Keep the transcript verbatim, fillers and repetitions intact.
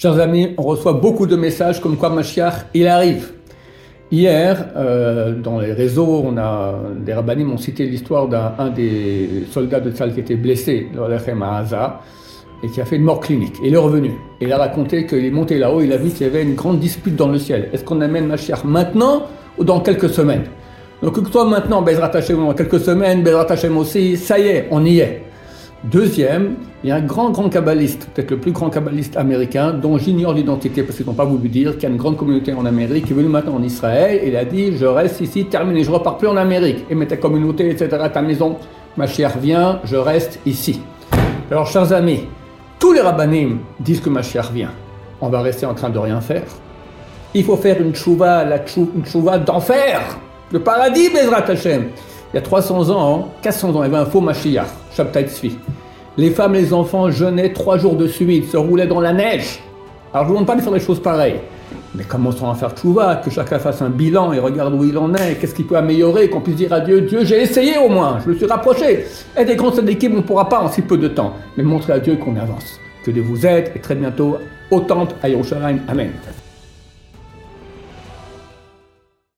Chers amis, on reçoit beaucoup de messages comme quoi Mashiach, il arrive. Hier, euh, dans les réseaux, on a, des rabbinim ont cité l'histoire d'un un des soldats de Tzahal qui était blessé dans l'Echem à Gaza et qui a fait une mort clinique. Et il est revenu. Et il a raconté qu'il est monté là-haut, il a vu qu'il y avait une grande dispute dans le ciel. Est-ce qu'on amène Mashiach maintenant ou dans quelques semaines? Donc que soit maintenant, Bezrat Hashem, dans quelques semaines, Bezrat Hashem aussi, ça y est, on y est. Deuxième, il y a un grand, grand kabbaliste, peut-être le plus grand kabbaliste américain, dont j'ignore l'identité parce qu'ils n'ont pas voulu dire, qu'il y a une grande communauté en Amérique, qui est venu maintenant en Israël, et il a dit, je reste ici, terminé, je ne repars plus en Amérique. Et mets ta communauté, et cetera, ta maison, Mashiach vient, je reste ici. Alors, chers amis, tous les rabbanim disent que Mashiach vient. On va rester en train de rien faire. Il faut faire une tchouva, la tchou, une tchouva d'enfer, le paradis, Bezrat Hashem. Il y a trois cents ans, quatre cents ans, il y avait un faux Mashiach, Shabtai Tzvi. Les femmes et les enfants jeûnaient trois jours de suite, se roulaient dans la neige. Alors je ne vous demande pas de faire des choses pareilles. Mais commençons à faire tchouva, que chacun fasse un bilan et regarde où il en est, qu'est-ce qu'il peut améliorer, qu'on puisse dire à Dieu, Dieu, j'ai essayé au moins, je me suis rapproché. Et des grands équipes, on ne pourra pas en si peu de temps. Mais montrer à Dieu qu'on avance. Que Dieu vous aide et très bientôt, au temple à Yerushalayim. Amen.